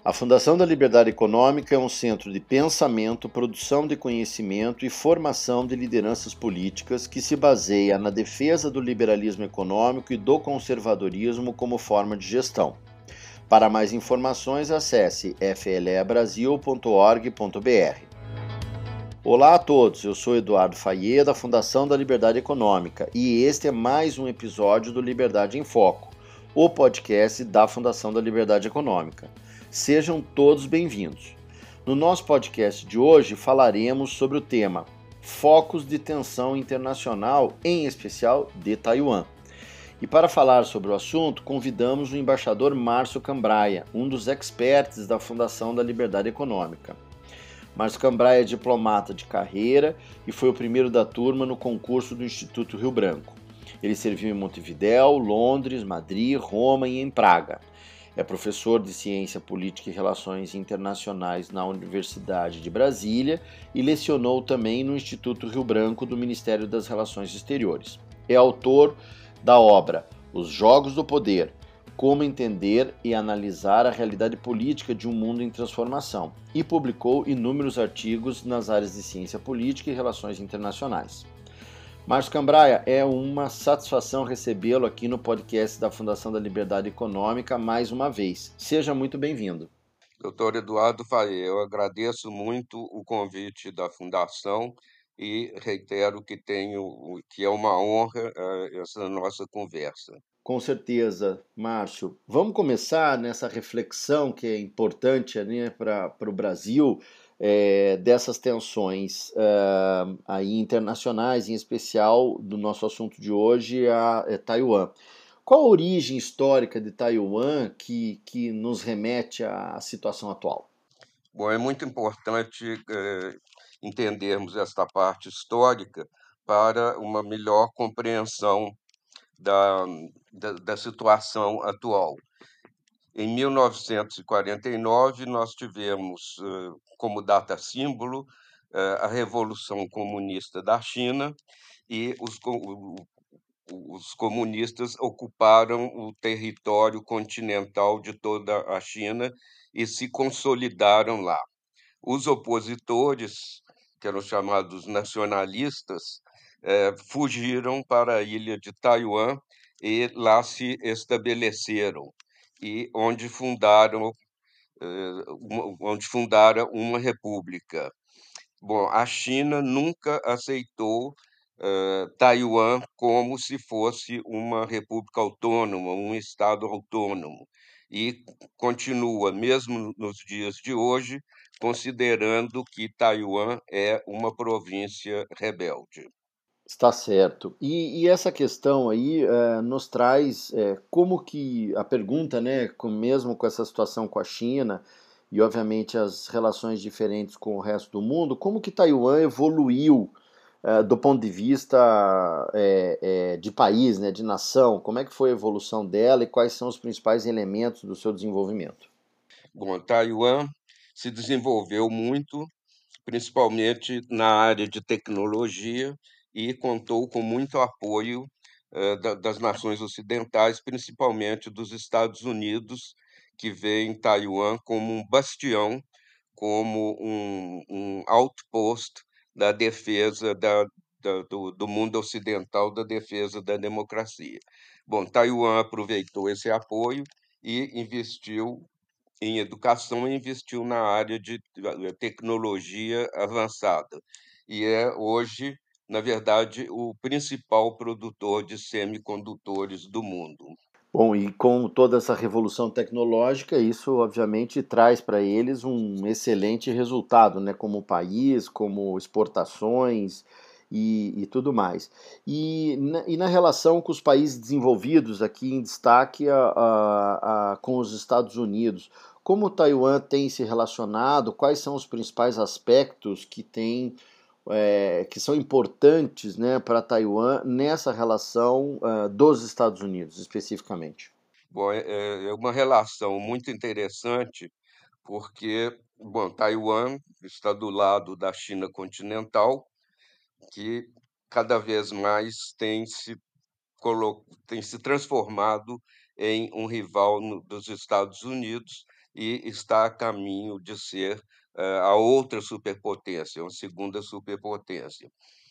A Fundação da Liberdade Econômica é um centro de pensamento, produção de conhecimento e formação de lideranças políticas que se baseia na defesa do liberalismo econômico e do conservadorismo como forma de gestão. Para mais informações, acesse flebrasil.org.br. Olá a todos, eu sou Eduardo Faye, da Fundação da Liberdade Econômica, e este é mais um episódio do Liberdade em Foco, o podcast da Fundação da Liberdade Econômica. Sejam todos bem-vindos. No nosso podcast de hoje falaremos sobre o tema Focos de Tensão Internacional, em especial de Taiwan. E para falar sobre o assunto, convidamos o embaixador Márcio Cambraia, um dos experts da Fundação da Liberdade Econômica. Márcio Cambraia é diplomata de carreira e foi o primeiro da turma no concurso do Instituto Rio Branco. Ele serviu em Montevidéu, Londres, Madrid, Roma e em Praga. É professor de Ciência Política e Relações Internacionais na Universidade de Brasília e lecionou também no Instituto Rio Branco do Ministério das Relações Exteriores. É autor da obra Os Jogos do Poder, como entender e analisar a realidade política de um mundo em transformação, e publicou inúmeros artigos nas áreas de ciência política e relações internacionais. Márcio Cambraia, é uma satisfação recebê-lo aqui no podcast da Fundação da Liberdade Econômica mais uma vez. Seja muito bem-vindo. Doutor Eduardo Faye, eu agradeço muito o convite da Fundação e reitero que é uma honra essa nossa conversa. Com certeza, Márcio. Vamos começar nessa reflexão que é importante, né, para o Brasil, dessas tensões aí internacionais, em especial do nosso assunto de hoje, Taiwan. Qual a origem histórica de Taiwan que nos remete à situação atual? Bom, é muito importante entendermos esta parte histórica para uma melhor compreensão da situação atual. Em 1949, nós tivemos como data símbolo a Revolução Comunista da China e os comunistas ocuparam o território continental de toda a China e se consolidaram lá. Os opositores, que eram chamados nacionalistas, fugiram para a ilha de Taiwan e lá se estabeleceram e onde fundaram uma república. Bom, a China nunca aceitou Taiwan como se fosse uma república autônoma, um estado autônomo, e continua, mesmo nos dias de hoje, considerando que Taiwan é uma província rebelde. Está certo. E essa questão aí nos traz como que a pergunta, né, mesmo com essa situação com a China e obviamente as relações diferentes com o resto do mundo, como que Taiwan evoluiu do ponto de vista de país, né, de nação? Como é que foi a evolução dela e quais são os principais elementos do seu desenvolvimento? Bom, Taiwan se desenvolveu muito, principalmente na área de tecnologia, e contou com muito apoio das nações ocidentais, principalmente dos Estados Unidos, que veem Taiwan como um bastião, como um outpost da defesa do mundo ocidental, da defesa da democracia. Bom, Taiwan aproveitou esse apoio e investiu em educação e investiu na área de tecnologia avançada. E é hoje, na verdade, o principal produtor de semicondutores do mundo. Bom, e com toda essa revolução tecnológica, isso obviamente traz para eles um excelente resultado, né, como país, como exportações e tudo mais. E na relação com os países desenvolvidos, aqui em destaque com os Estados Unidos, como Taiwan tem se relacionado, quais são os principais aspectos que são importantes, né, para Taiwan nessa relação dos Estados Unidos, especificamente? Bom, é uma relação muito interessante, porque, bom, Taiwan está do lado da China continental, que cada vez mais tem se transformado em um rival dos Estados Unidos e está a caminho de ser a outra superpotência, uma segunda superpotência.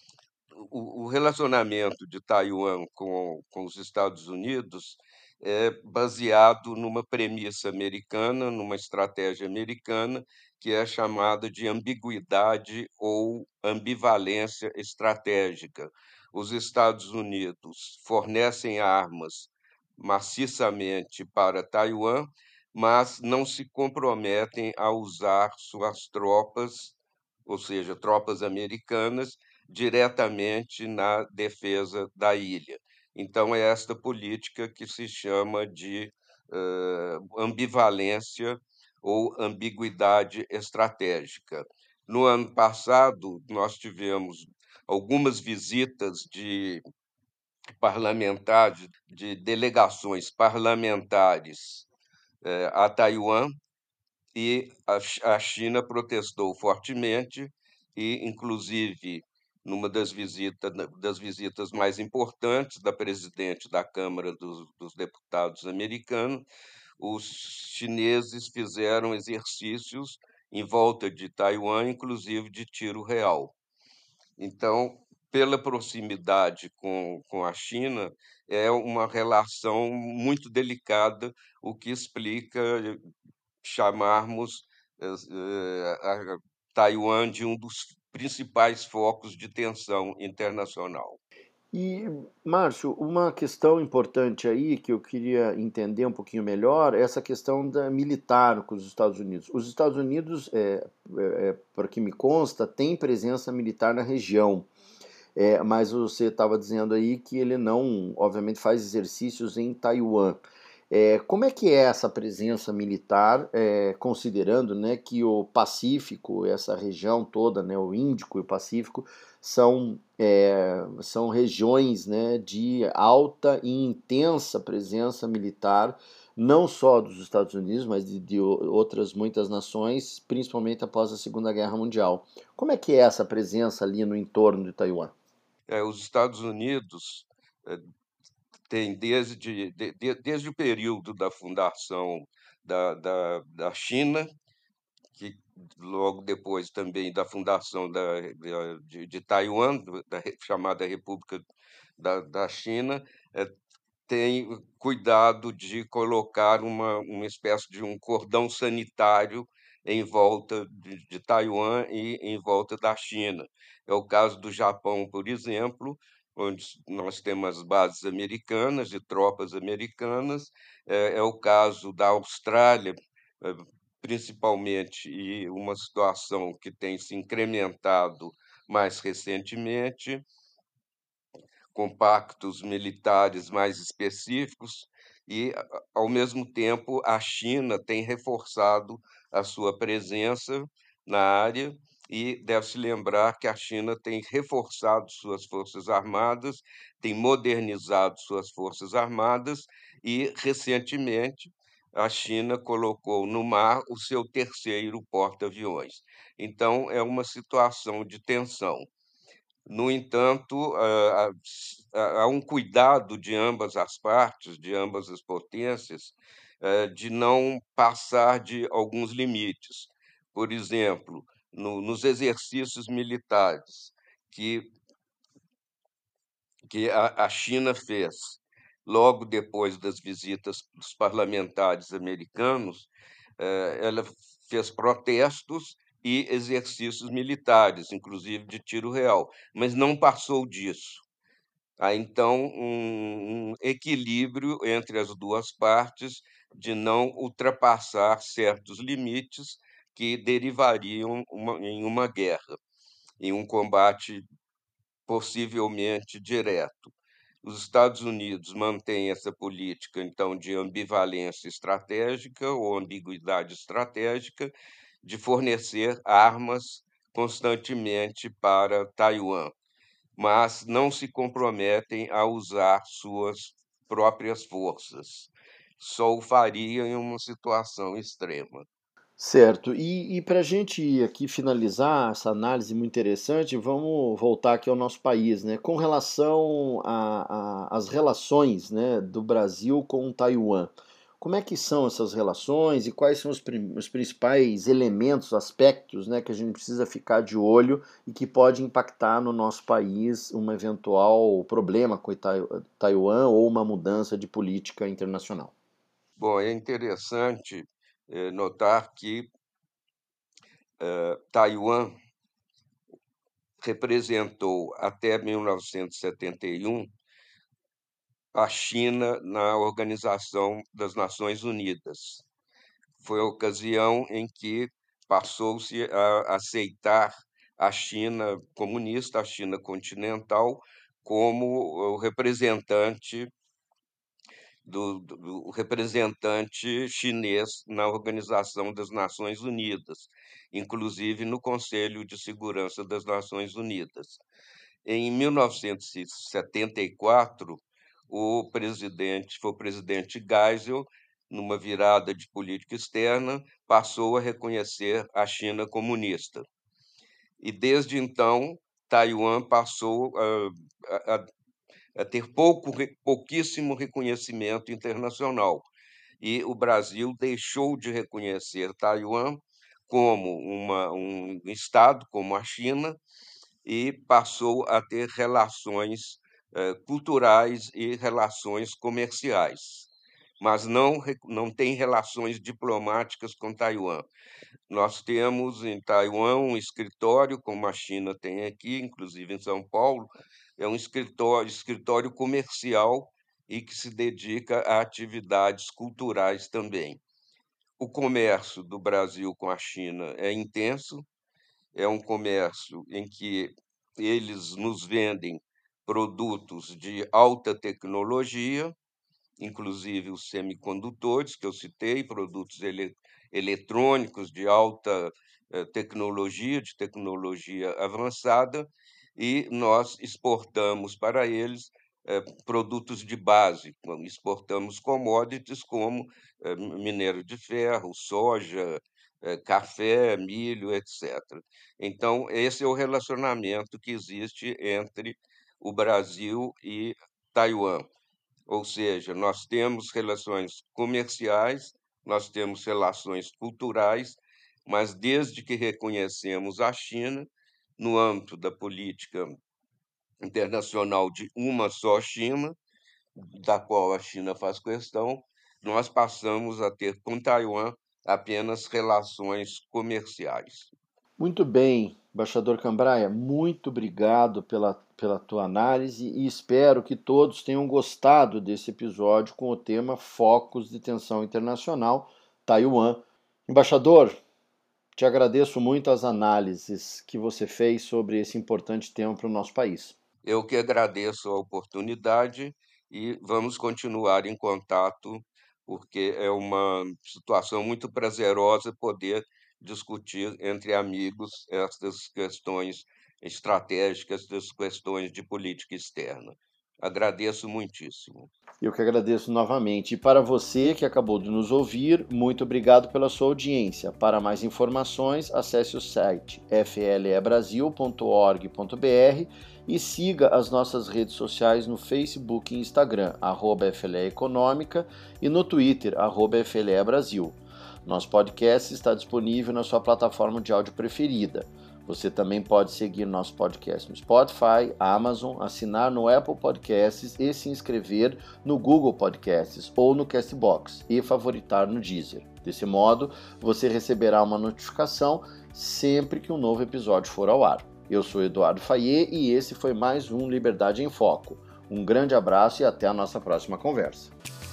O relacionamento de Taiwan com os Estados Unidos é baseado numa premissa americana, numa estratégia americana, que é chamada de ambiguidade ou ambivalência estratégica. Os Estados Unidos fornecem armas maciçamente para Taiwan, mas não se comprometem a usar suas tropas, ou seja, tropas americanas, diretamente na defesa da ilha. Então, é esta política que se chama de ambivalência ou ambiguidade estratégica. No ano passado, nós tivemos algumas visitas de parlamentares, de delegações parlamentares a Taiwan, e a China protestou fortemente e, inclusive, numa das visitas mais importantes da presidente da Câmara dos Deputados americanos, os chineses fizeram exercícios em volta de Taiwan, inclusive de tiro real. Então, pela proximidade com a China, é uma relação muito delicada, o que explica chamarmos a Taiwan de um dos principais focos de tensão internacional. E, Márcio, uma questão importante aí que eu queria entender um pouquinho melhor é essa questão da militar com os Estados Unidos. Os Estados Unidos, por que me consta, tem presença militar na região. Mas você estava dizendo aí que ele não, obviamente, faz exercícios em Taiwan. Como é que é essa presença militar, considerando, né, que o Pacífico, essa região toda, né, o Índico e o Pacífico, são regiões, né, de alta e intensa presença militar, não só dos Estados Unidos, mas de outras muitas nações, principalmente após a Segunda Guerra Mundial. Como é que é essa presença ali no entorno de Taiwan? Os Estados Unidos têm, desde o período da fundação da China, que logo depois também da fundação de Taiwan, chamada República da China, tem cuidado de colocar uma espécie de um cordão sanitário em volta de Taiwan e em volta da China. É o caso do Japão, por exemplo, onde nós temos bases americanas e tropas americanas. É o caso da Austrália, eh, principalmente, e uma situação que tem se incrementado mais recentemente, com pactos militares mais específicos e, ao mesmo tempo, a China tem reforçado a sua presença na área e deve-se lembrar que a China tem reforçado suas forças armadas, tem modernizado suas forças armadas e, recentemente, a China colocou no mar o seu terceiro porta-aviões. Então, é uma situação de tensão. No entanto, há um cuidado de ambas as partes, de ambas as potências, de não passar de alguns limites. Por exemplo, nos exercícios militares que a China fez logo depois das visitas dos parlamentares americanos, ela fez protestos e exercícios militares, inclusive de tiro real, mas não passou disso. Há então um equilíbrio entre as duas partes de não ultrapassar certos limites que derivariam em uma guerra, em um combate possivelmente direto. Os Estados Unidos mantêm essa política, então, de ambivalência estratégica ou ambiguidade estratégica, de fornecer armas constantemente para Taiwan, mas não se comprometem a usar suas próprias forças. Só o faria em uma situação extrema. Certo. E para a gente aqui finalizar essa análise muito interessante, vamos voltar aqui ao nosso país, né? Com relação às relações, né, do Brasil com Taiwan. Como é que são essas relações e quais são os principais elementos, aspectos, né, que a gente precisa ficar de olho e que pode impactar no nosso país um eventual problema com Taiwan ou uma mudança de política internacional? Bom, é interessante notar que Taiwan representou até 1971 a China na Organização das Nações Unidas. Foi a ocasião em que passou-se a aceitar a China comunista, a China continental, como o representante do representante chinês na Organização das Nações Unidas, inclusive no Conselho de Segurança das Nações Unidas. Em 1974, foi o presidente Geisel, numa virada de política externa, passou a reconhecer a China comunista. E desde então, Taiwan passou a ter pouquíssimo reconhecimento internacional. E o Brasil deixou de reconhecer Taiwan como um Estado, como a China, e passou a ter relações culturais e relações comerciais, mas não tem relações diplomáticas com Taiwan. Nós temos em Taiwan um escritório, como a China tem aqui, inclusive em São Paulo, é um escritório comercial e que se dedica a atividades culturais também. O comércio do Brasil com a China é intenso, é um comércio em que eles nos vendem produtos de alta tecnologia, inclusive os semicondutores que eu citei, produtos eletrônicos de alta tecnologia, de tecnologia avançada, e nós exportamos para eles produtos de base, exportamos commodities como minério de ferro, soja, café, milho, etc. Então, esse é o relacionamento que existe entre o Brasil e Taiwan. Ou seja, nós temos relações comerciais, nós temos relações culturais, mas desde que reconhecemos a China, no âmbito da política internacional de uma só China, da qual a China faz questão, nós passamos a ter com Taiwan apenas relações comerciais. Muito bem, embaixador Cambraia, muito obrigado pela tua análise e espero que todos tenham gostado desse episódio com o tema Focos de Tensão Internacional, Taiwan. Embaixador, te agradeço muito as análises que você fez sobre esse importante tema para o nosso país. Eu que agradeço a oportunidade e vamos continuar em contato, porque é uma situação muito prazerosa poder discutir entre amigos estas questões estratégicas, estas questões de política externa. Agradeço muitíssimo. Eu que agradeço novamente. E para você que acabou de nos ouvir, muito obrigado pela sua audiência. Para mais informações, acesse o site flebrasil.org.br e siga as nossas redes sociais no Facebook e Instagram, @FLEEconômica, e no Twitter, @FLEBrasil. Nosso podcast está disponível na sua plataforma de áudio preferida. Você também pode seguir nosso podcast no Spotify, Amazon, assinar no Apple Podcasts e se inscrever no Google Podcasts ou no Castbox e favoritar no Deezer. Desse modo, você receberá uma notificação sempre que um novo episódio for ao ar. Eu sou Eduardo Fayet e esse foi mais um Liberdade em Foco. Um grande abraço e até a nossa próxima conversa.